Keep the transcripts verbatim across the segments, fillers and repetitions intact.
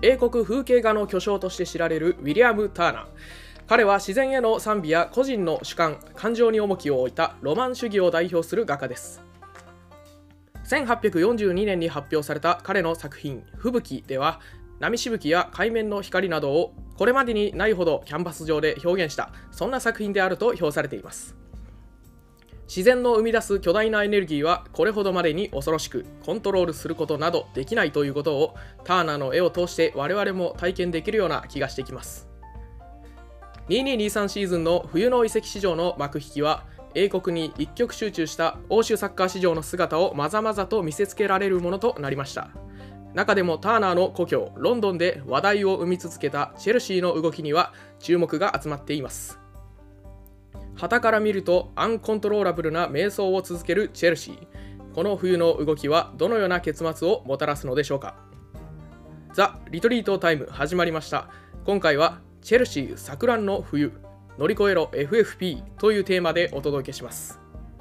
英国風景画の巨匠として知られるウィリアム・ターナー。彼は自然への賛美や個人の主観、感情に重きを置いたロマン主義を代表する画家です。せんはっぴゃくよんじゅうにねんに発表された彼の作品「吹雪」では、波しぶきや海面の光などをこれまでにないほどキャンバス上で表現した、そんな作品であると評されています。自然の生み出す巨大なエネルギーはこれほどまでに恐ろしく、コントロールすることなどできないということを、ターナーの絵を通して我々も体験できるような気がしてきます。にせんにじゅうにさんシーズンの冬の移籍市場の幕引きは、英国に一極集中した欧州サッカー市場の姿をまざまざと見せつけられるものとなりました。中でもターナーの故郷ロンドンで話題を生み続けたチェルシーの動きには注目が集まっています。傍から見るとアンコントローラブルな迷走を続けるチェルシー。この冬の動きはどのような結末をもたらすのでしょうか。ザ・リトリートタイム始まりました。今回はチェルシー錯乱の冬、乗り越えろ エフエフピー というテーマでお届けします。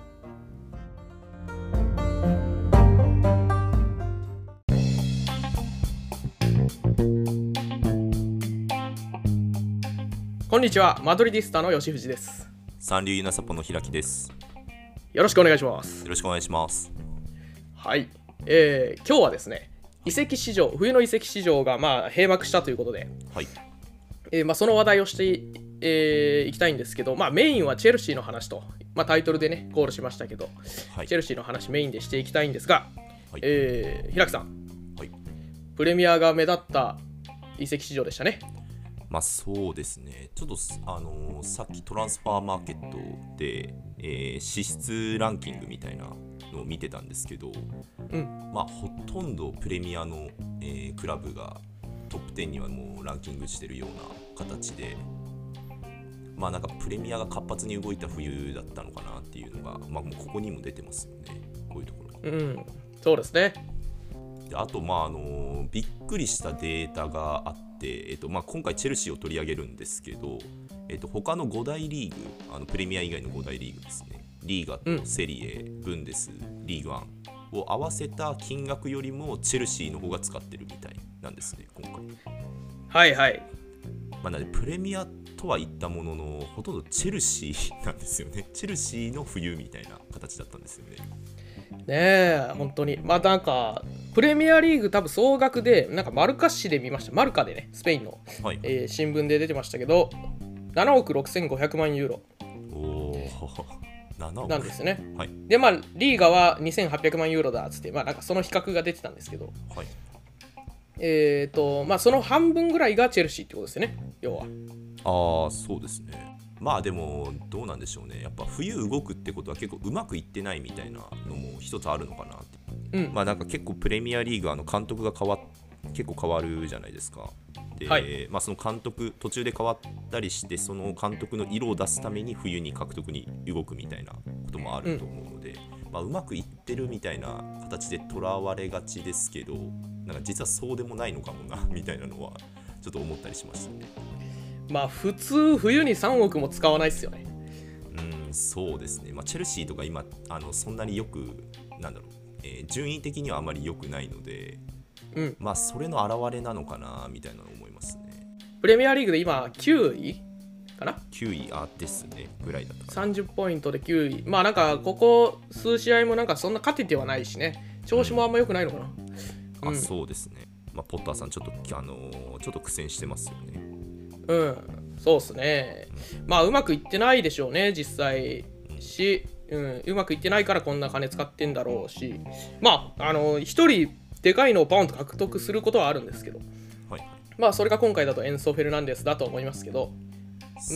こんにちは、マドリディスタの吉藤です。 三流ユナサポの平木です。 よろしくお願いします。 よろしくお願いします。 はい、えー、今日はですね、移籍市場、冬の移籍市場がまあ閉幕したということで、 はい、 えーまあ、その話題をしてい、えー、いきたいんですけど、まあ、メインはチェルシーの話と、まあ、タイトルでねコールしましたけど、はい、チェルシーの話メインでしていきたいんですが、はい、えー、平木さん、はい、プレミアが目立った移籍市場でしたね。 まあそうですね、ちょっと、あのー、さっきトランスファーマーケットで、えー、支出ランキングみたいなのを見てたんですけど、うん、まあほとんどプレミアの、えー、クラブがトップじゅうにはもうランキングしてるような形で、まあなんかプレミアが活発に動いた冬だったのかなっていうのが、まあもうここにも出てますよね、こういうところに。 うん、そうですね。 であと、まああのびっくりしたデータがあって、えっとまあ、今回チェルシーを取り上げるんですけど、えっと、他のご大リーグ、あのプレミア以外のご大リーグですね、リーガとセリエ、うん、ブンデス、リーグワンを合わせた金額よりもチェルシーの方が使ってるみたいなんですね、今回。 はいはい。 まあ、なのでプレミアとは言ったものの、ほとんどチェルシーなんですよね。チェルシーの冬みたいな形だったんですよね。 ねえ、本当に。まあなんか、プレミアリーグ多分総額で、なんかマルカ紙で見ました。マルカでね、スペインの、はい、えー、新聞で出てましたけど、ななおくろくせんごひゃくまんユーロ。 おー、ななおくなんですね。 はい、 で、まあ、リーガはにせんはっぴゃくまんユーロだっつって、まあなんかその比較が出てたんですけど、はい、えっと、まあその半分ぐらいがチェルシーってことですよね、要は。 ああ、そうですね。まあでもどうなんでしょうね、やっぱ冬動くってことは結構うまくいってないみたいなのも一つあるのかなって、うん、まあなんか結構プレミアリーグあの監督が変わ結構変わるじゃないですか。で、はい、まあ、その監督途中で変わったりして、その監督の色を出すために冬に獲得に動くみたいなこともあると思うので、うんまあ、うまくいってるみたいな形でとらわれがちですけど、なんか実はそうでもないのかもなみたいなのはちょっと思ったりしましたね。 まあ普通冬にさんおくも使わないですよね。 うん、そうですね。まあ、チェルシーとか今あのそんなによくなんだろう、えー、順位的にはあまり良くないので、うん、まあそれの表れなのかなみたいなの思いますね。 プレミアリーグで今きゅういかな。 きゅういあですねぐらいだったかな。 さんじゅっポイントできゅうい。まあなんかここ数試合もなんかそんな勝ててはないしね。調子もあんま良くないのかな。 うんうん、あ、そうですね。まあ、ポッターさんちょっとあのー、ちょっと苦戦してますよね。 うん、そうっすね。まあうまくいってないでしょうね実際し、うん、うまくいってないからこんな金使ってんだろうし、まああの一人でかいのをポンと獲得することはあるんですけど、はい、まあそれが今回だとエンソ・フェルナンデスだと思いますけど、うん、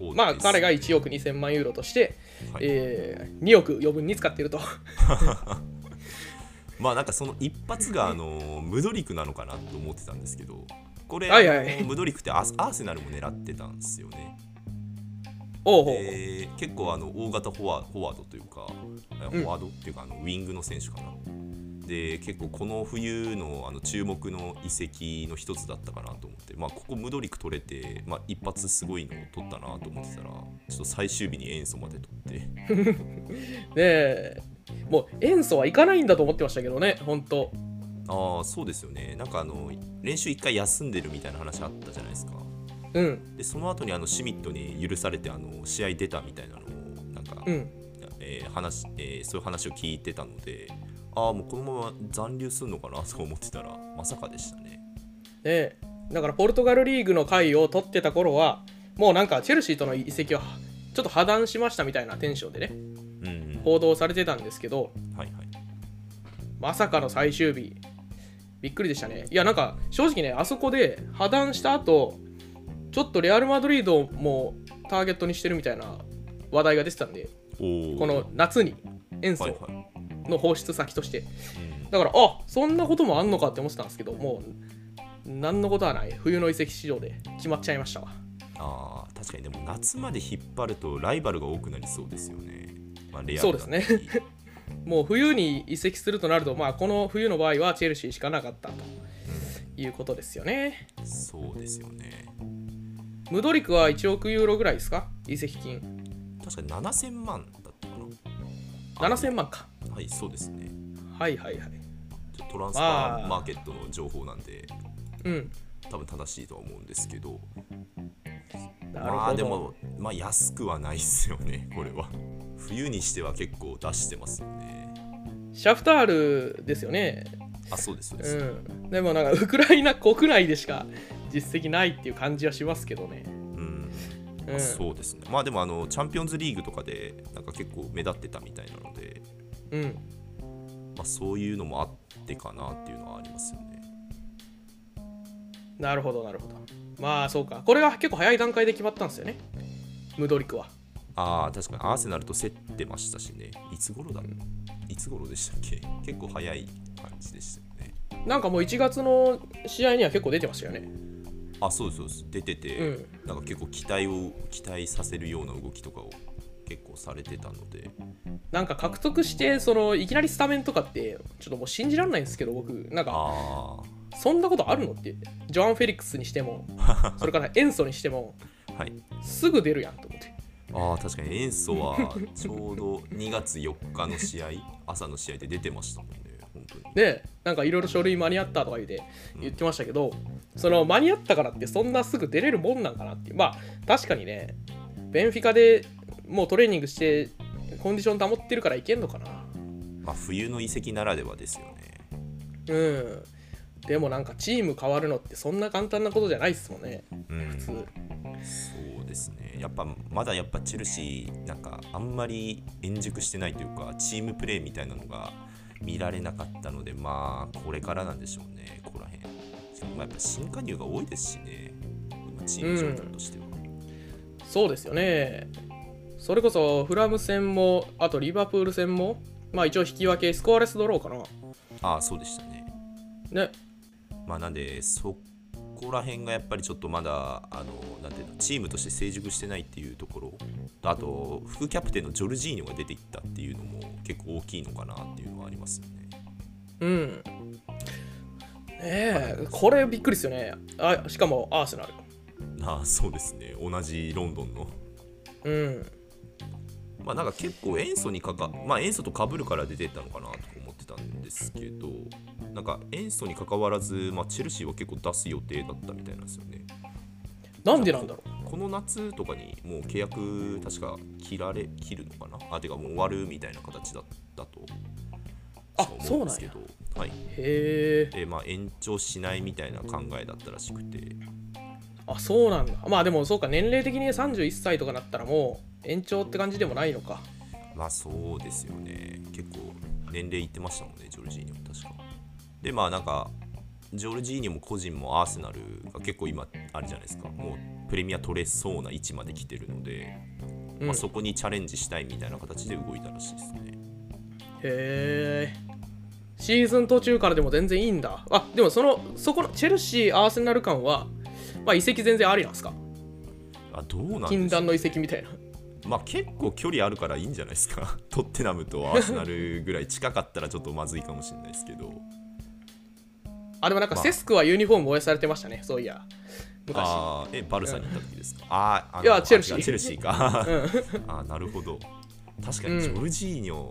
まあ彼がいちおくにせんまんユーロとして、はい、えー、におく余分に使っているとまあなんかその一発があのムドリクなのかなと思ってたんですけど、これ、 はいはい、 ムドリクってアーセナルも狙ってたんですよね。 おうほう、 で結構あの大型フォワ、フォワードというか、フォワードっていうかあのウィングの選手かな。で結構この冬 の, あの注目の移籍の一つだったかなと思って、まあ、ここムドリク取れて、まあ、一発すごいのを取ったなと思ってたら、ちょっと最終日に塩素まで取ってねえ、もう塩素はいかないんだと思ってましたけどね、本当ああ、そうですよね。なんかあの練習いっかい休んでるみたいな話あったじゃないですか。 うん。 でその後にあのシュミットに許されてあの試合出たみたいなのをなんか、 うんえー話えーそういう話を聞いてたので、ああもうこのまま残留するのかなと思ってたらまさかでしたね。 でだからポルトガルリーグの回を取ってた頃はもうなんかチェルシーとの移籍はちょっと破談しましたみたいなテンションでね、 うん、 報道されてたんですけど、 はいはい、 まさかの最終日びっくりでしたね。いやなんか正直ね、あそこで破談した後ちょっとレアル・マドリードもターゲットにしてるみたいな話題が出てたんで、この夏にエンソの放出先として、はいはい、だからあそんなこともあんのかって思ってたんですけど、もう何のことはない冬の移籍市場で決まっちゃいましたわ。 あ確かにでも夏まで引っ張るとライバルが多くなりそうですよね、まあ、レアルそうですねもう冬に移籍するとなると、まあ、この冬の場合はチェルシーしかなかったということですよね、 うん、そうですよね。 ムドリクはいちおくユーロぐらいですか、移籍金。 確かにななせんまんだったかな。 ななせんまんか。はいそうですね。 はいはいはい。 トランスファーマーケットの情報なんで、 うん、 多分正しいとは思うんですけど、 なるほど。 まあでも、まあ、安くはないっすよねこれは。冬にしては結構出してますよね。 シャフタールですよね。 あ、そうですそうです、 うん、でもなんかウクライナ国内でしか実績ないっていう感じはしますけどね。 うん、まあ、そうですね。まあでもあのチャンピオンズリーグとかでなんか結構目立ってたみたいなので、 うん、 まあ、そういうのもあってかなっていうのはありますよね。 なるほどなるほど。まあそうか、これは結構早い段階で決まったんですよね、ムドリクは。 ああ確かにアーセナルと競ってましたしね。いつ頃だ、うん、いつ頃でしたっけ。結構早い感じでしたよね。 なんかもういちがつの試合には結構出てましたよね。 あ、そうですそうです、出てて、うん、なんか結構期待を期待させるような動きとかを結構されてたので、 なんか獲得してそのいきなりスタメンとかってちょっともう信じられないんですけど、僕なんかあそんなことあるのって、ジョアン・フェリックスにしてもそれからエンソにしても、はい、すぐ出るやんと思って。 ああ確かにエンソはちょうどにがつよっかの試合朝の試合で出てましたもんね。本当にでなんかいろいろ書類間に合ったとか言って言ってましたけど、うん、その間に合ったからってそんなすぐ出れるもんなんかなっていう。まあ確かにね、ベンフィカでもうトレーニングしてコンディション保ってるからいけんのかな。 まあ冬の移籍ならではですよね。 うん。でもなんかチーム変わるのってそんな簡単なことじゃないですもんね、 うん、 普通。 そうですね。やっぱまだやっぱチェルシーなんかあんまり円熟してないというかチームプレーみたいなのが見られなかったので、まあこれからなんでしょうね、ここら辺。しかもやっぱ新加入が多いですしね、今チーム状況としては、うん、 そうですよね。それこそフラム戦もあとリバプール戦もまあ一応引き分け、スコアレスドローかな。 ああそうでしたね。 ね。 まあなんでそこら辺がやっぱりちょっとまだあのなんていうのチームとして成熟してないっていうところと、あと副キャプテンのジョルジーニョが出ていったっていうのも結構大きいのかなっていうのはありますよね。 うん。ねえ、これびっくりですよね。あ、しかもアーセナル。 ああそうですね、同じロンドンの。 うん。 まあなんか結構塩素にかかまあ塩素と被るから出てったのかなと思ってたんですけど、なんか塩素に関わらず、まあ、チェルシーは結構出す予定だったみたいなんですよね。 なんでなんだろう。この夏とかにもう契約確か切られ切るのかな。あてかもう終わるみたいな形だったと思うんですけど、はい、 へえ。でまあ延長しないみたいな考えだったらしくて。 あ、そうなんだ。まあでもそうか、年齢的にさんじゅういっさいとかなったらもう延長って感じでもないのか。 まあそうですよね。結構年齢いってましたもんね、ジョルジーニョ確か。でまあなんかジョルジーニョも個人もアーセナルが結構今あれじゃないですか、もうプレミア取れそうな位置まで来てるので、うんまあ、そこにチャレンジしたいみたいな形で動いたらしいですね。 へえ。シーズン途中からでも全然いいんだ。あ、でもそのそこのチェルシーアーセナル間は、まあ、移籍全然ありなんですか。 あ、どうなんですか、ね、 禁断の移籍みたいな。 まあ結構距離あるからいいんじゃないですかトッテナムとアーセナルぐらい近かったらちょっとまずいかもしれないですけど。 あ、でもなんかセスクはユニフォーム燃やされてましたね、そういや昔。あえバルサに行った時ですか、うん、ああいやチェルシーチェルシーかあなるほど。確かにジョルジーニョ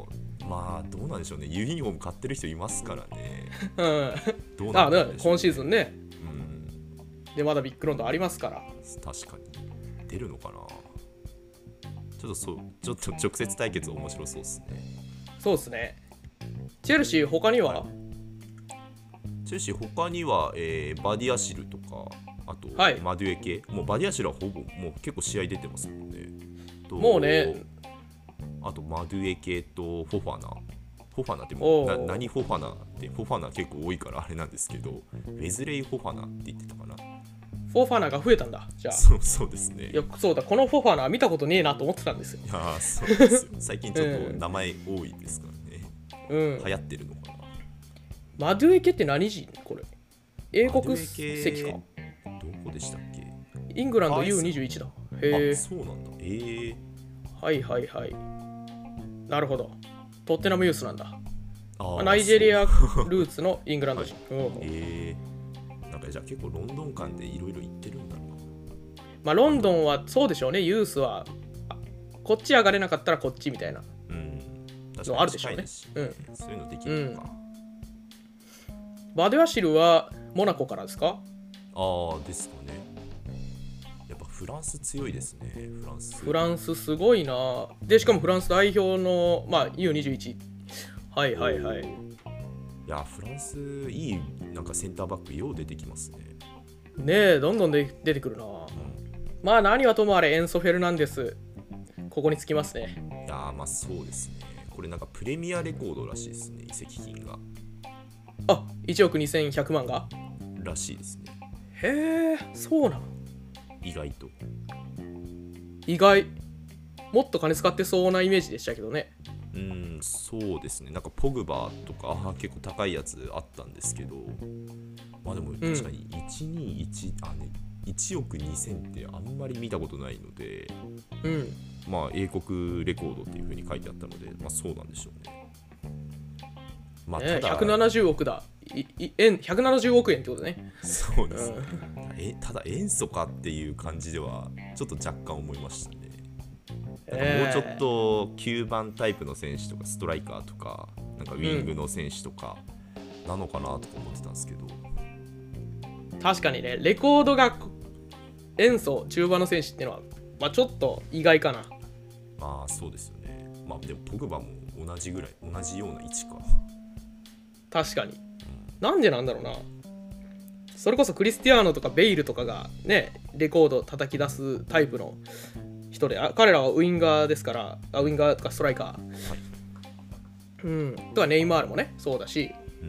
まあどうなんでしょうね、ユニフォーム買ってる人いますからね。 うんどうなんでしょう、ね、 あ今シーズンね、 うん、 でまだビッグロンドありますから。 確かに出るのかな。ちょっとそうちょっと直接対決面白そうですね。 そうですね。チェルシー他には、はい、 チェルシー他には、えー、バディアシルとか、あと、はい、マデュエ系、もうバディアシルはほぼもう結構試合出てますもんね。ともうね、 あとマドゥエ系とフォファナ。フォファナってもうな何フォファナってフォファナ結構多いからあれなんですけど、ウェズレイ・フォファナって言ってたかな。 フォファナが増えたんだ。じゃあそうそうですね。 いやそうだ、このフォファナ見たことねえなと思ってたんですよ。 いやそうですよ最近ちょっと名前多いですからね、うん、流行ってるのかな。 マドゥエケって何人これ？英国籍か。 どこでしたっけ？ イングランド ユーにじゅういち だ。へえ。 あ、そうなんだ。えー、 はいはいはい。なるほど。トッテナムユースなんだ。 あナイジェリアルーツのイングランド人。 はい、えー、なんかじゃあ結構ロンドン間でいろいろ行ってるんだろうな。 まあロンドンはそうでしょうね。ユースはこっち上がれなかったらこっちみたいなのあるでしょうね。 うん、そういうのできるのか。 うん、バデュアシルはモナコからですか？ ああですかね。やっぱフランス強いですね。フランスフランスすごいな。でしかもフランス代表の、まあ、ユーにじゅういち。はいはいはい。いやフランスいいなんかセンターバックよう出てきますね。 ねえどんどんで出てくるな、うん、まあ何はともあれエンソ・フェルナンデスここにつきますね。 いやまあそうですね。これなんかプレミアレコードらしいですね、移籍金が。 あ、いちおくにせんひゃくまんがらしいですね。 へえ、そうなん。 意外と意外。もっと金使ってそうなイメージでしたけどね。 うーん、そうですね。なんかポグバとか結構高いやつあったんですけど、まあでも確かにいちにいち、うん、あねいちおくにせんってあんまり見たことないので、 うん、 まあ英国レコードっていう風に書いてあったので、まあそうなんでしょうね。まあ、ただひゃくななじゅうおくだ。いい円ひゃくななじゅうおくえんってことね。 そうですね。うん、えただ塩素かっていう感じではちょっと若干思いましたね。なんかもうちょっときゅうばんタイプの選手とかストライカーとかなんかウィングの選手とかなのかなとか思ってたんですけど、 うん、確かにねレコードが塩素中盤の選手っていうのは、まあ、ちょっと意外かな。 まあそうですよね。まあでもポグバも同じぐらい同じような位置か。 確かに、うん、なんでなんだろうな。それこそクリスティアーノとかベイルとかがねレコード叩き出すタイプの人で、あ彼らはウインガーですから、あウインガーとかストライカー、はい、うん、とかネイマールもねそうだし、うん、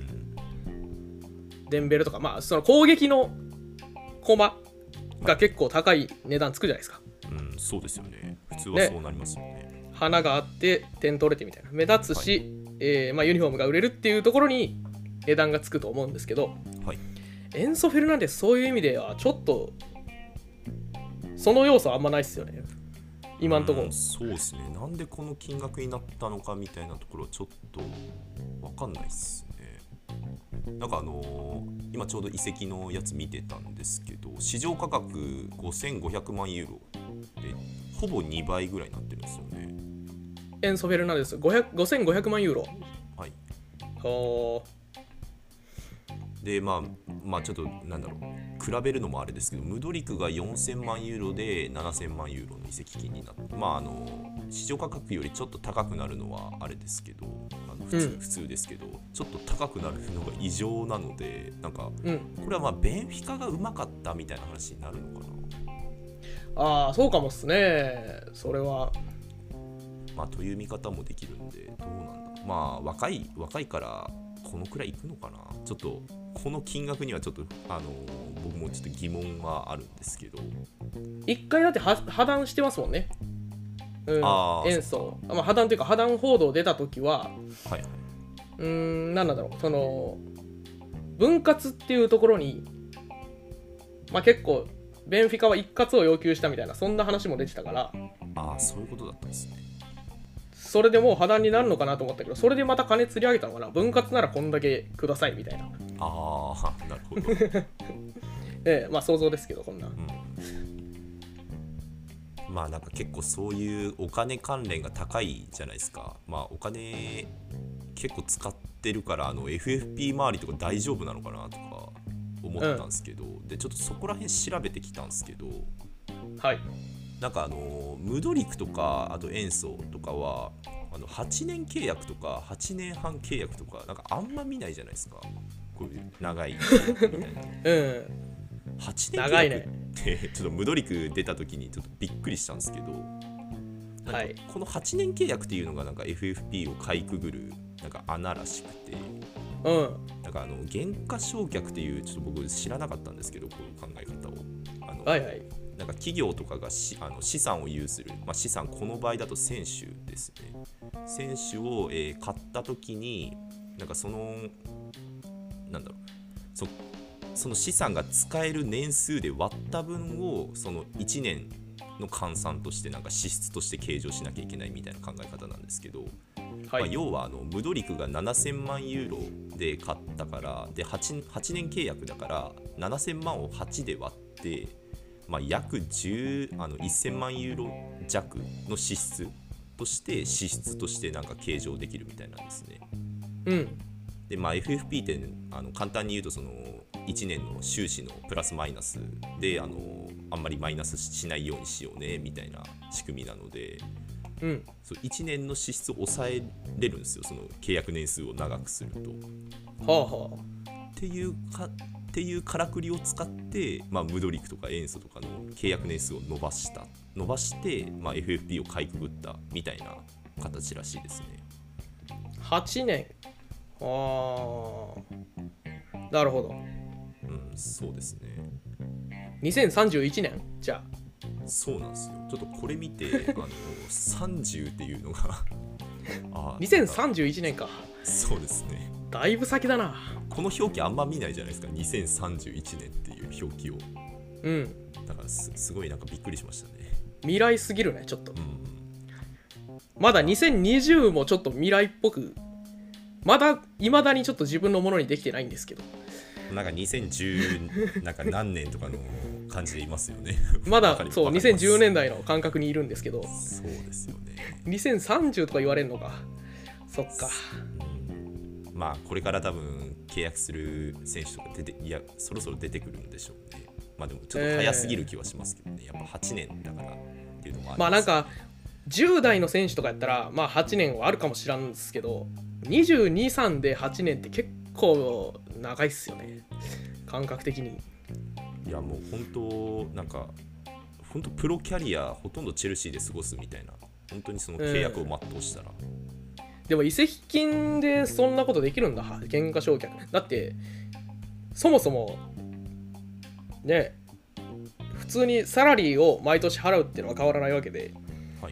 デンベルとか、まあその攻撃のコマが結構高い値段つくじゃないですか。 うん、そうですよね。普通はそうなりますよね。 ね、花があって点取れてみたいな目立つし、はい、えーまあ、ユニフォームが売れるっていうところに値段がつくと思うんですけど、はい、エンソ・フェルナンデスそういう意味ではちょっとその要素はあんまないっすよね今んところ。 そうですね。なんでこの金額になったのかみたいなところはちょっと分かんないっすね。なんかあのー、今ちょうど移籍のやつ見てたんですけど、市場価格ごせんごひゃくまんユーロでほぼにばいぐらいになってるんですよね。 エンソ・フェルナンデスごせんごひゃくまんユーロ。 はい。 はでまあまあちょっとなんだろう比べるのもあれですけど、ムドリクがよんせんまんユーロでななせんまんユーロの移籍金になって、まああの市場価格よりちょっと高くなるのはあれですけど、あの普通、うん、普通ですけどちょっと高くなるのが異常なので、なんか、うん、これはまあベンフィカがうまかったみたいな話になるのかな。 ああそうかもっすね。それはまあという見方もできるんで、どうなんだ。まあ若い若いからこのくらいいくのかな。ちょっとこの金額にはちょっとあの僕もちょっと疑問はあるんですけど、 一回だって破談してますもんね。うん、あ塩素、まあ、破談というか破談報道出た時は、はいはい、うーん何なんだろう、その分割っていうところに、まあ、結構ベンフィカは一括を要求したみたいなそんな話も出てたから、 ああそういうことだったんですね。 それでもう破談になるのかなと思ったけど、それでまた金釣り上げたのかな。分割ならこんだけくださいみたいな。 ああなるほどええまあ想像ですけどこんな、うん、 まあなんか結構そういうお金関連が高いじゃないですか。まあお金結構使ってるから、あの エフエフピー 周りとか大丈夫なのかなとか思ったんですけど、うん、でちょっとそこら辺調べてきたんですけど、 はい、なんかあのムドリクとかあと塩素とかはあのはちねん契約とかはちねんはん契約とかなんかあんま見ないじゃないですか、こういう長いみたいなうんはちねん契約ってちょっとムドリク出た時にちょっとびっくりしたんですけど、はい、このはちねん契約っていうのがなんか エフエフピー をかいくぐるなんか穴らしくて、うん、なんかあの減価償却っていうちょっと僕知らなかったんですけど、こういう考え方をあの、はいはい、なんか企業とかがしあの資産を有する、まあ、資産この場合だと選手ですね、選手を、えー、買った時になんかそのなんだろう そ, その資産が使える年数で割った分をそのいちねんの換算としてなんか支出として計上しなきゃいけないみたいな考え方なんですけど、はい、まあ、要はあのムドリクがななせんまんユーロで買ったからで 8, はちねん契約だからななせんまんをはちで割って、まあ、約じゅうあのせんまんユーロ弱の支出として支出としてなんか計上できるみたいなんですね。うんでまあ、エフエフピー ってあの簡単に言うとそのいちねんの収支のプラスマイナスであのあんまりマイナスしないようにしようねみたいな仕組みなので、うん、そういちねんの支出を抑えれるんですよ、その契約年数を長くすると。はあはあ、っていうかっていうからくりを使って、まあ、ムドリクとか塩素とかの契約年数を伸ばした伸ばして、まあ、エフエフピー をかいくぐったみたいな形らしいですね。はちねん、あー、なるほど。うん、そうですね。 にせんさんじゅういちねんじゃあ。そうなんですよ。ちょっとこれ見てあのさんじゅうっていうのがあにせんさんじゅういちねんか。 そうですね。 だいぶ先だな。 この表記あんま見ないじゃないですか、にせんさんじゅういちねんっていう表記を。うん。だから す, すごいなんかびっくりしましたね。 未来すぎるねちょっと、うん、まだにせんにじゅうもちょっと未来っぽく、まだいまだにちょっと自分のものにできてないんですけど、 なんかにせんじゅうなんか何年とかの感じでいますよねまだそうにせんじゅうねんだいの感覚にいるんですけど、 そうですよね。 にせんさんじゅうとか言われるのか。そっか。 まあこれから多分契約する選手とか出て、いやそろそろ出てくるんでしょうね。まあでもちょっと早すぎる気はしますけどね、えー、やっぱはちねんだからっていうのもあります。 まあなんかじゅう代の選手とかやったらまあはちねんはあるかもしれんですけど、にじゅうに、さんではちねんって結構長いっすよね、感覚的に。 いやもう本当なんか本当プロキャリアほとんどチェルシーで過ごすみたいな、本当にその契約を全うしたら、 うん、でも移籍金でそんなことできるんだ、減価償却。だってそもそもね、普通にサラリーを毎年払うっていうのは変わらないわけで、はい、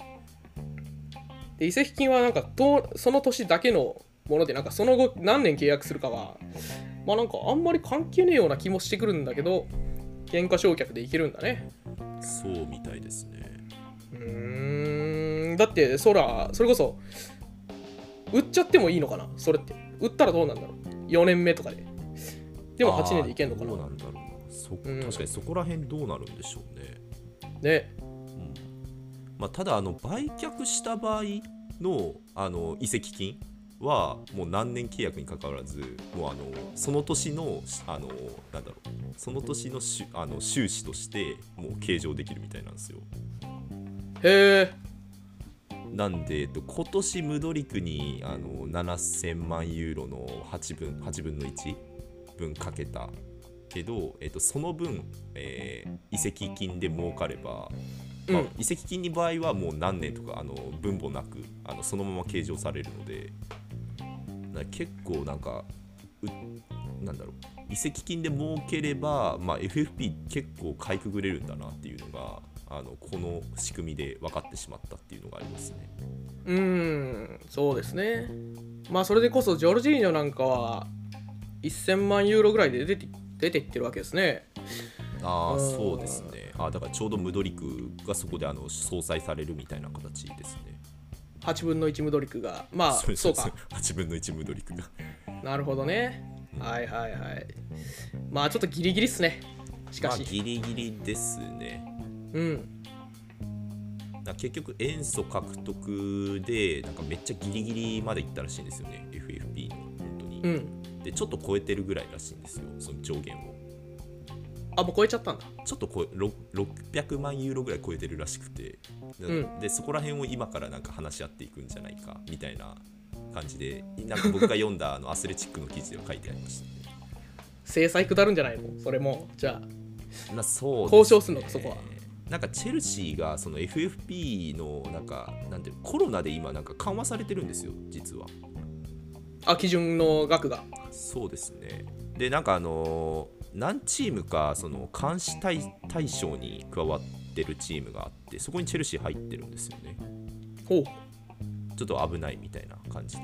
で移籍金はなんかとその年だけのもので、なんかその後何年契約するかはまあなんかあんまり関係ねえような気もしてくるんだけど、減価償却でいけるんだね。 そうみたいですね。 うーん、だってそらそれこそ売っちゃってもいいのかな、それって。売ったらどうなんだろう、よねんめとかで。でもはちねんでいけんのかな。 どうなんだろうな、そ、うん、確かにそこら辺どうなるんでしょうね。 ね、 うんまあ、ただあの売却した場合 の, あの移籍金はもう何年契約にかかわらず、もうあのその年のあのなんだろうその年のしあの収支としてもう計上できるみたいなんですよ。 へえ。 なんで、えっと、今年ムドリクにあのななせんまんユーロのはちぶん、はちぶんのいちぶんかけたけど、えっと、その分、えー、移籍金で儲かれば、まあ、移籍金の場合はもう何年とかあの分母なくあのそのまま計上されるので、結構なんかなんだろう移籍金で儲ければ、まあ、エフエフピー 結構かいくぐれるんだなっていうのがあのこの仕組みで分かってしまったっていうのがありますね。 うーん、そうですね。まあそれでこそジョルジーニョなんかはせんまんユーロぐらいで出て出ていってるわけですね。 ああそうですね。あだからちょうどムドリクがそこであの相殺されるみたいな形ですね。 はちぶんのいちムドリクがまあそうそうかはちぶんのいちムドリクがなるほどね、うん、はいはいはい。まあちょっとギリギリっすね。しかし、 まあ、ギリギリですね。 うんだ結局塩素獲得でなんかめっちゃギリギリまでいったらしいんですよね エフエフピー の本当に、うん、でちょっと超えてるぐらいらしいんですよその上限を。 あ、もう超えちゃったんだ。 ちょっところろっぴゃくまんユーロぐらい超えてるらしくて、うん、でそこら辺を今からなんか話し合っていくんじゃないかみたいな感じで、なんか僕が読んだあのアスレチックの記事では書いてありましたね。 制裁下るんじゃないのそれも。じゃあ、 まあそうですね、 交渉するのかそこは。 なんかチェルシーがその エフエフピー のなんかなんていうコロナで今なんか緩和されてるんですよ実は。 あ、基準の額が。 そうですね。でなんかあの何チームかその監視 対, 対象に加わってるチームがあって、そこにチェルシー入ってるんですよね。 ほう。 ちょっと危ないみたいな感じで。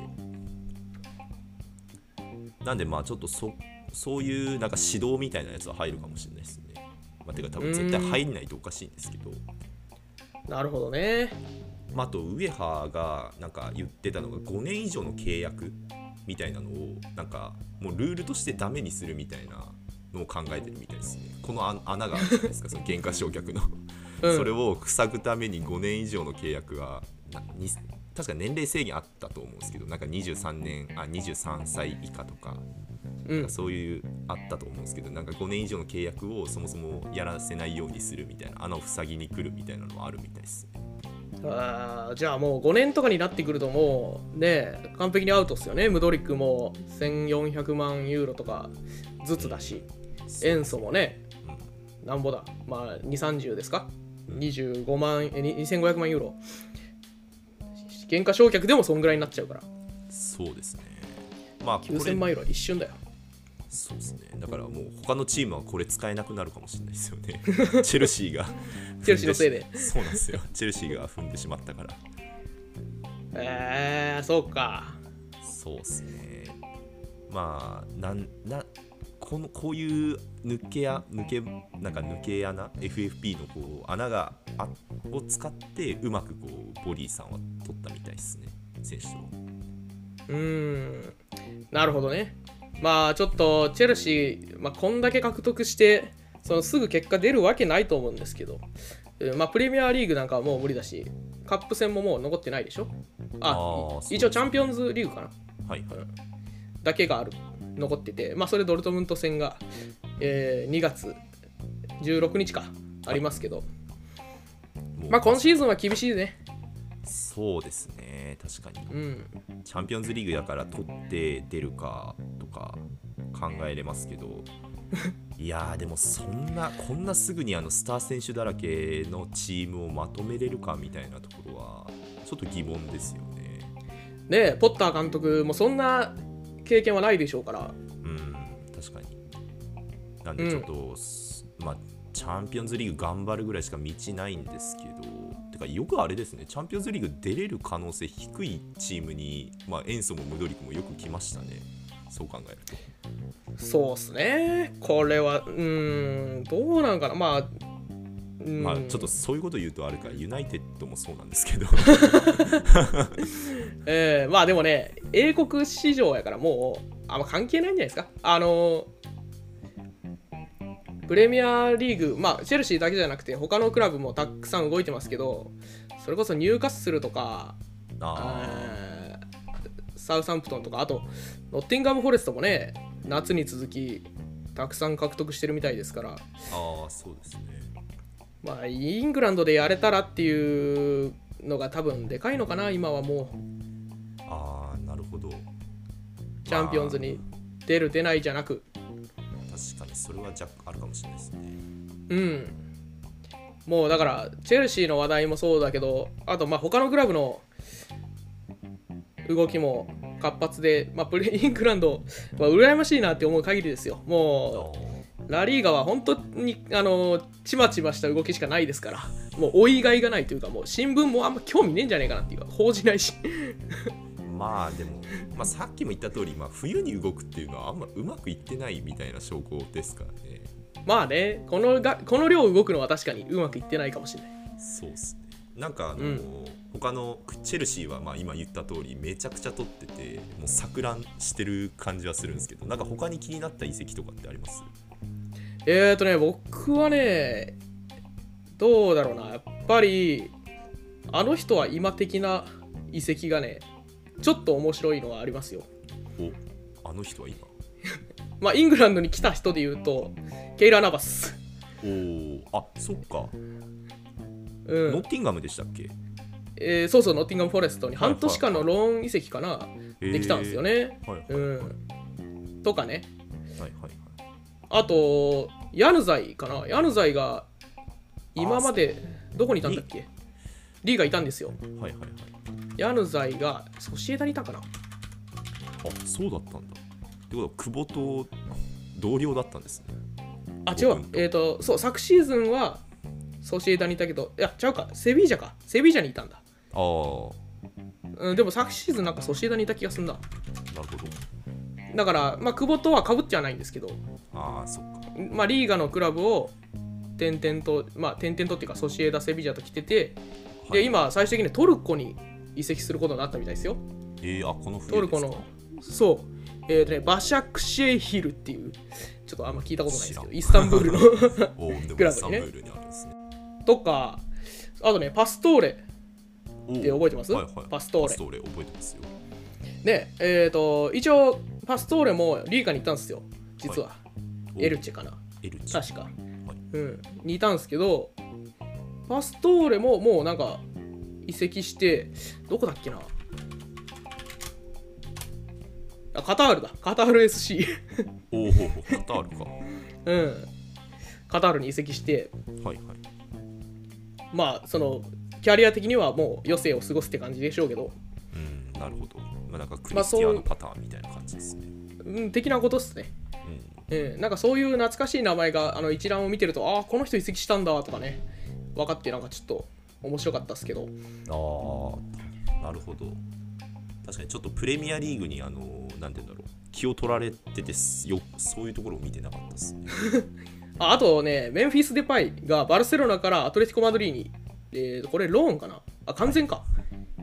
なんでまあちょっと そ, そういうなんか指導みたいなやつは入るかもしれないですね。まあ、てか多分絶対入んないとおかしいんですけど。 なるほどね。 まあ、あとウエハーがなんか言ってたのがごねん以上の契約みたいなのをなんかもうルールとしてダメにするみたいなのを考えてるみたいですね。この穴があるじゃないですかその減価償却の、うん、それを塞ぐためにごねん以上の契約が確か年齢制限あったと思うんですけど、なんかにじゅうさんねんあにじゅうさんさい以下とか、なんかそういうあったと思うんですけど、なんかごねん以上の契約をそもそもやらせないようにするみたいな、穴を塞ぎに来るみたいなのはあるみたいですね。 あ、じゃあもうごねんとかになってくるともうね完璧にアウトっすよね。ムドリックもせんよんひゃくまんユーロとかずつだし、塩素もね、うん、なんぼだ、まあにじゅう、さんじゅうですか、うん、にじゅうごまんえにせんごひゃくまんユーロ減価償却でもそんぐらいになっちゃうから。 そうですね。まあきゅうせんまんユーロは一瞬だよ。 そうですね。だからもう他のチームはこれ使えなくなるかもしれないですよねチェルシーがチェルシーのせいで。 そうなんですよ。チェルシーが踏んでしまったから。 えー、そうか。 そうですね。まあなんなこのこういう抜けや抜けなんか抜け穴 エフエフピー のこう穴があを使ってうまくこうボリーさんは取ったみたいですね、選手を。 うーん、なるほどね。まあちょっとチェルシー、まあ、こんだけ獲得してそのすぐ結果出るわけないと思うんですけど、まあ、プレミアリーグなんかはもう無理だし、カップ戦ももう残ってないでしょ。ああ、一応チャンピオンズリーグかな、 はいはい、うん、 だけがある残ってて、まあ、それドルトムント戦が、えー、にがつじゅうろくにちかありますけど、はい、まあ今シーズンは厳しいね。 そうですね、確かに、 うん、 チャンピオンズリーグだから取って出るかとか考えれますけどいやーでもそんなこんなすぐにあのスター選手だらけのチームをまとめれるかみたいなところはちょっと疑問ですよね。 ねえ、ポッター監督もそんな経験はないでしょうから。 うん、確かに。なんでちょっと、うん、まあチャンピオンズリーグ頑張るぐらいしか道ないんですけど、てかよくあれですね、チャンピオンズリーグ出れる可能性低いチームに、まあ、エンソもムドリクもよく来ましたね、そう考えると。そうっすね、これはうーんどうなんかな。まあ、うん、 まあちょっとそういうこと言うとあるからユナイテッドもそうなんですけどえー、まあでもね、英国市場やからもうあんま関係ないんじゃないですか。あのプレミアリーグ、まあチェルシーだけじゃなくて他のクラブもたくさん動いてますけど、それこそニューカッスルとかあサウサンプトンとか、あとノッティンガム・フォレストもね夏に続きたくさん獲得してるみたいですから。ああ、そうですね。 まあイングランドでやれたらっていうのが多分でかいのかな今はもう。 ああ、なるほど。 チャンピオンズに出る出ないじゃなく、 確かにそれは若干あるかもしれないですね。 うん、もうだからチェルシーの話題もそうだけど、あとまあ他のクラブの動きも活発で、まあ、プレイングランドは羨ましいなって思う限りですよ。もうラリーガは本当にあのちまちました動きしかないですから、もう追いがいがないというか、もう新聞もあんま興味ねえんじゃねえかなっていうか、報じないしまあでも、まあ、さっきも言った通り、まあ、冬に動くっていうのはあんまうまくいってないみたいな証拠ですからね。 まあね、このがこの量動くのは確かにうまくいってないかもしれない。 そうっすね。なんかあの、うん、他のチェルシーはまあ今言った通りめちゃくちゃ取ってて、もう錯乱してる感じはするんですけど、なんか他に気になった移籍とかってあります？ えーとね僕はねどうだろうな、やっぱりあの人は今的な移籍がね、ちょっと面白いのがありますよ。 お、あの人は今まあイングランドに来た人で言うとケイラー・ナバス。 おお、あ、そっか、 うん、 ノッティンガムでしたっけ？ えー、そうそう、ノッティンガム・フォレストに半年間のローン移籍かな、はいはいはい、できたんですよね、はいはいはい、うん、とかね、はいはいはい、あとヤヌザイかな、ヤヌザイが今までどこにいたんだっけ、リーがいたんですよ、はいはいはい、ヤヌザイがソシエダにいたかな。 あ、そうだったんだ。ってことは久保と同僚だったんですね。 あ、違う、えっ、ー、とそう、昨シーズンはソシエダにいたけど、いや違うか、セビージャか、セビージャにいたんだ。ああ、うん、でも昨シーズンなんかソシエダにいた気がするんだ。なるほど。 だからまあ久保とは被っちゃないんですけど、 ああ、そっか。 まあリーガのクラブを転々と、まあ転々とっていうかソシエダ、セビージャと来てて、はい、で今最終的にトルコに移籍することになったみたいですよ。 えー、あ、この冬ですか。 トルコの、そう、えーとね、バシャクシェヒルっていう、ちょっとあんま聞いたことないですけど、イスタンブールのクラブにね。とか、あとね、パストーレって覚えてます？はいはい、パストーレ。 パストーレ覚えてますよ。 ね、えーと、一応、パストーレもリーガに行ったんですよ、実は。はい、エルチェかな。 エルチェ。 確か。はい、うん。にいたんですけど、パストーレももうなんか移籍して、どこだっけな。あ、カタールだ。カタール エスシーおお、カタールか。 うん。カタールに移籍して、はいはい。まあ、その、キャリア的にはもう余生を過ごすって感じでしょうけど。 うん、なるほど。まあ、なんかクリスティアーノパターンみたいな感じですね。 まあ、うん、的なことですね。うん、えー。なんかそういう懐かしい名前があの一覧を見てると、ああ、この人移籍したんだとかね、分かってなんかちょっと面白かったですけど。ああ、なるほど。確かにちょっとプレミアリーグにあのなんて言うんだろう、気を取られててよ、そういうところを見てなかったですね。 あ, あとね、メンフィス・デパイがバルセロナからアトレティコ・マドリーに、えー、これローンかなあ、完全か、はい、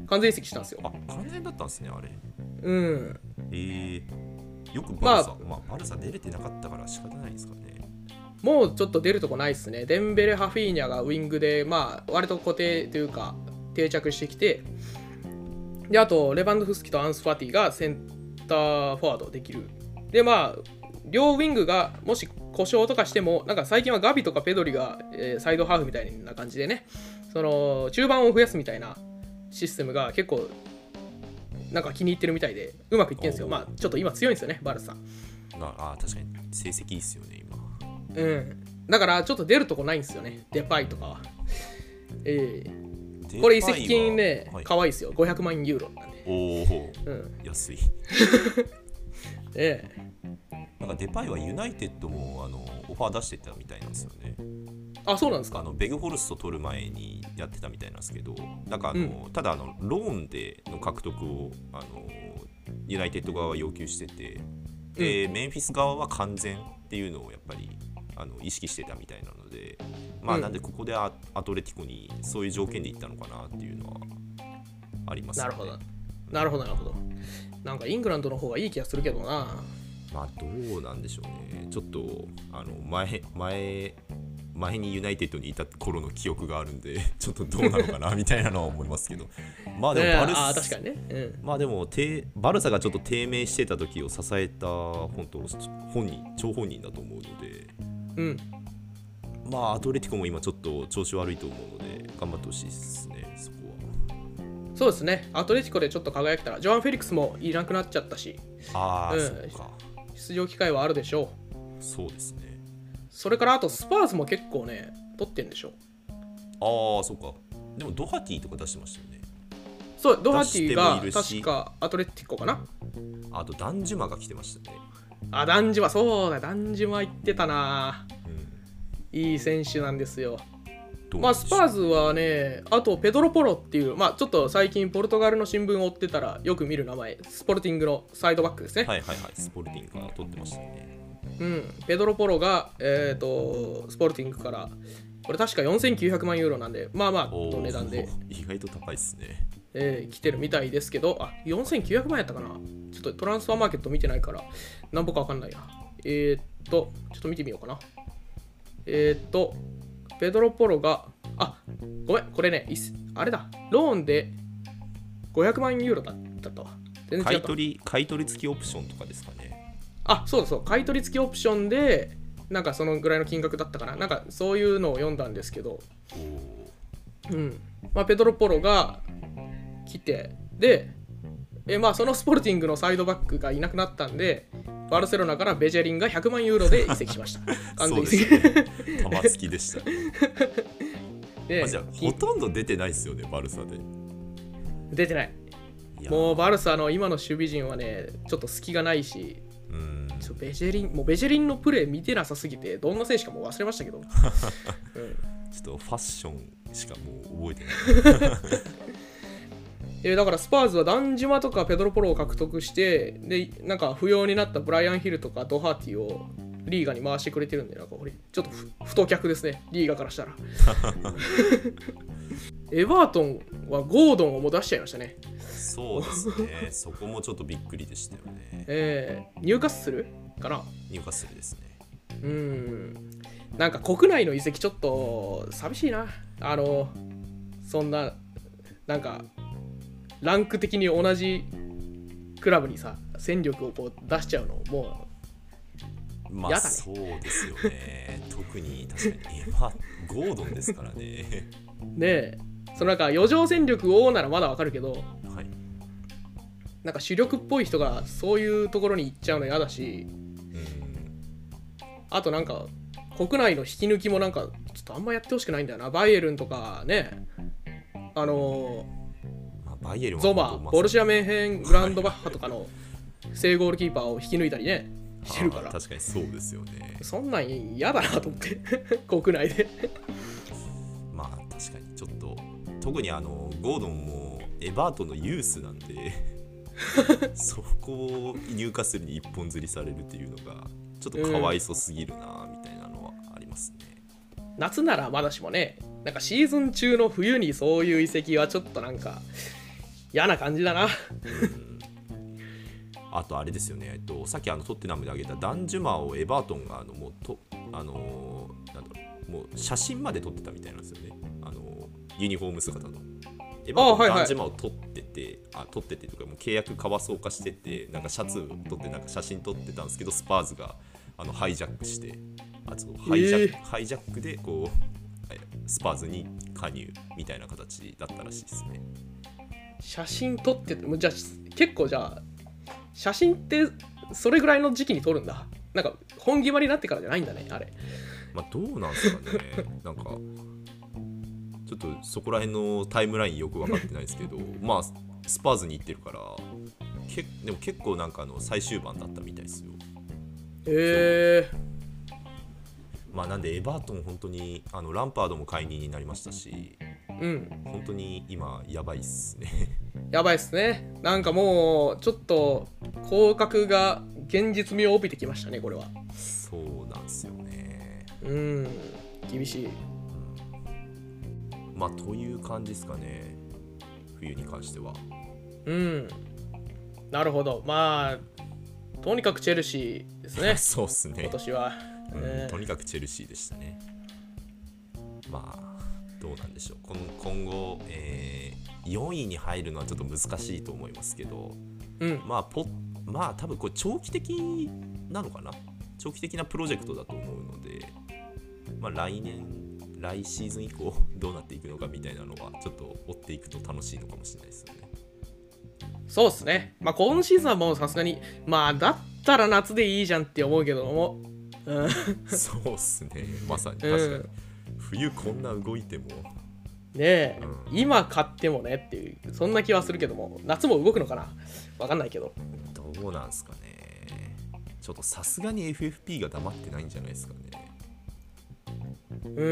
完全移籍したんですよ。 あ、完全だったんですね、あれ。 うん。 えー、よくバルサ、まあ、まあ、バルサ出れてなかったから仕方ないですかね。 もうちょっと出るとこないですね。デンベレ・ハフィーニャがウィングで、まあ、割と固定というか定着してきて、で、あとレバンドフスキとアンス・ファティがセンターフォワードできる。で、まあ両ウィングがもし故障とかしても、なんか最近はガビとかペドリが、えー、サイドハーフみたいな感じでね、その中盤を増やすみたいなシステムが結構なんか気に入ってるみたいでうまくいってるんですよ。まあちょっと今強いんですよね、バルサ。 ああ、確かに成績いいっすよね今。 うん。だからちょっと出るとこないんですよね、デパイとかは。えー、これ移籍金ね、はい、可愛いですよ。ごひゃくまんユーロなんで。 おお、うん、安い。 ええ。 なんかデパイはユナイテッドもあのオファー出してたみたいなんですよね。 あ、そうなんですか。 あのベグホルスト取る前にやってたみたいなんですけど、なんかあの、うん、ただあのローンでの獲得をあのユナイテッド側は要求してて、で、うん、メンフィス側は完全っていうのをやっぱりあの意識してたみたいなので、まあ、なんでここで ア, アトレティコにそういう条件で行ったのかなっていうのはありますね。 なるほど、なるほど、なるほど。なんかイングランドの方がいい気がするけどな。 まあどうなんでしょうね。ちょっとあの前前前にユナイテッドにいた頃の記憶があるんで、ちょっとどうなのかなみたいなのは思いますけど。まあでもバルサ、 あ、確かにね。うん、 まあでもバルサがちょっと低迷してた時を支えた本当本人、張本人だと思うので、 うん。 まあアトレティコも今ちょっと調子悪いと思うので頑張ってほしいですね、そこは。 そうですね。アトレティコでちょっと輝けたら、ジョアン・フェリックスもいなくなっちゃったし、 ああ、うん、そうか。 出場機会はあるでしょう。そうですね。 それからあとスパーズも結構ね取ってんでしょ。 ああ、そうか。でもドハティとか出してましたよね。 そう、ドハティが確かアトレティコかな。 あとダンジュマが来てましたね。 あ、ダンジュマ、そうだ、ダンジュマ言ってたな、うん、いい選手なんですよ。まあスパーズはね、あとペドロ・ポロっていう、まあちょっと最近ポルトガルの新聞を追ってたらよく見る名前、スポルティングのサイドバックですね。 はいはいはい、スポルティングから取ってましたね。 うん、ペドロ・ポロが、えー、とスポルティングから、これ確かよんせんきゅうひゃくまんユーロなんで、まあまあの値段で意外と高いですね、 えー、来てるみたいですけど、あ、よんせんきゅうひゃくまんやったかな。ちょっとトランスファーマーケット見てないから何ぼか分かんないな。えー、っとちょっと見てみようかな。えー、っとペドロ・ポロがあ、ごめん、これね、あれだ、ローンでごひゃくまんユーロだったわ。全然違った。 買い取り、買い取り付きオプションとかですかね。 あ、そうそう、買い取り付きオプションで、なんかそのぐらいの金額だったかな。なんかそういうのを読んだんですけど、うん。まあ、ペドロ・ポロが来て、で、えまあ、そのスポルティングのサイドバックがいなくなったんで、バルセロナからベジェリンがひゃくまんユーロで移籍しました。完全にそうですね。玉突きでしたね。 で、 まあ、じゃあほとんど出てないですよね、バルサで。 出てない。もうバルサの今の守備陣はね、ちょっと隙がないし、うんちょベジェリン、もうベジェリンのプレー見てなさすぎて、どんな選手かもう忘れましたけど。うん、ちょっとファッションしかもう覚えてない。 えだからスパーズはダンジュマとかペドロ・ポロを獲得して、でなんか不要になったブライアン・ヒルとかドハーティをリーガに回してくれてるんで、なんか俺ちょっと太客ですね、リーガからしたら。エバートンはゴードンをもう出しちゃいましたね。 そうですね。そこもちょっとびっくりでしたよね。 えー、ニューカッスルかな。 ニューカッスルですね。 うん。なんか国内の移籍ちょっと寂しいな。あのそんななんかランク的に同じクラブにさ戦力をこう出しちゃうのもうまあ、ね、そうですよね。特に確かにエヴァゴードンですからね。 ねえ、そのなんか余剰戦力をならまだわかるけど、はい、なんか主力っぽい人がそういうところに行っちゃうの嫌だし、うん、あとなんか国内の引き抜きもなんかちょっとあんまやってほしくないんだよな。バイエルンとかね、あのー、バイエルンゾマ、ボルシアメンヘングランドバッハとかの正ゴールキーパーを引き抜いたりねしてるから、 確かにそうですよね。 そんなん嫌だなと思って国内でまあ確かにちょっと特にあのゴードンもエバートンのユースなんでそこを入荷するに一本釣りされるっていうのがちょっとかわいそすぎるなみたいなのはありますね、 うん、夏ならまだしもね、なんかシーズン中の冬にそういう移籍はちょっとなんか嫌な感じだな、うん、 あとあれですよね、えっと、さっきあのトッテナムで挙げたダンジュマーをエバートンがあのもうとあのー、なんだろう、もう写真まで撮ってたみたいなんですよね、あのー、ユニフォーム姿のエバートンのダンジュマーを撮ってて、あ、はいはい、撮っててとかもう契約交わそうかしてて、なんかシャツを撮ってなんか写真撮ってたんですけど、スパーズがあのハイジャックしてあちょっとハイジャック、えー、ハイジャックでこうスパーズに加入みたいな形だったらしいですね。 写真撮ってて、じゃあ結構じゃあ写真ってそれぐらいの時期に撮るんだ。なんか本決まりになってからじゃないんだね、あれ。 まあどうなんですかね。なんかちょっとそこら辺のタイムラインよく分かってないですけど、まあスパーズに行ってるから、けでも結構なんかあの最終盤だったみたいですよ。 へえー。 まあなんでエバートン本当にあのランパードも解任になりましたし、うん、本当に今やばいっすね。 やばいっすね。なんかもうちょっと降格が現実味を帯びてきましたね、これは。 そうなんですよね。 うん、厳しい。 まあという感じですかね、冬に関しては。 うん、なるほど。まあとにかくチェルシーですね。 そうっすね、 今年は、 うん、とにかくチェルシーでしたね。まあどうなんでしょう、今後、えー、よんいに入るのはちょっと難しいと思いますけど、うん、まあポまあ多分これ長期的なのかな、長期的なプロジェクトだと思うので、まあ、来年来シーズン以降どうなっていくのかみたいなのはちょっと追っていくと楽しいのかもしれないですよね。 そうですね。まあ今シーズンはもうさすがにまあだったら夏でいいじゃんって思うけども、 うん、そうっすね、まさに確かに、うん、冬こんな動いてもねえ、うん、今買ってもねっていうそんな気はするけども、夏も動くのかな、わかんないけど、 どうなんすかね。ちょっとさすがに エフエフピー が黙ってないんじゃないですかね。うん、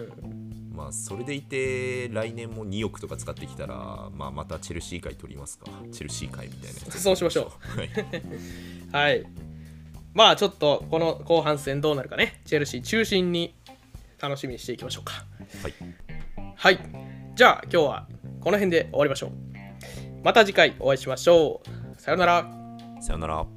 まあそれでいて来年もにおくとか使ってきたら、まあ、またチェルシー会取りますか、チェルシー会みたいなやつ。 そうしましょう。はい、はい、まあちょっとこの後半戦どうなるかね、チェルシー中心に楽しみにしていきましょうか。はい、はい、じゃあ今日はこの辺で終わりましょう。また次回お会いしましょう。さよなら。 さよなら。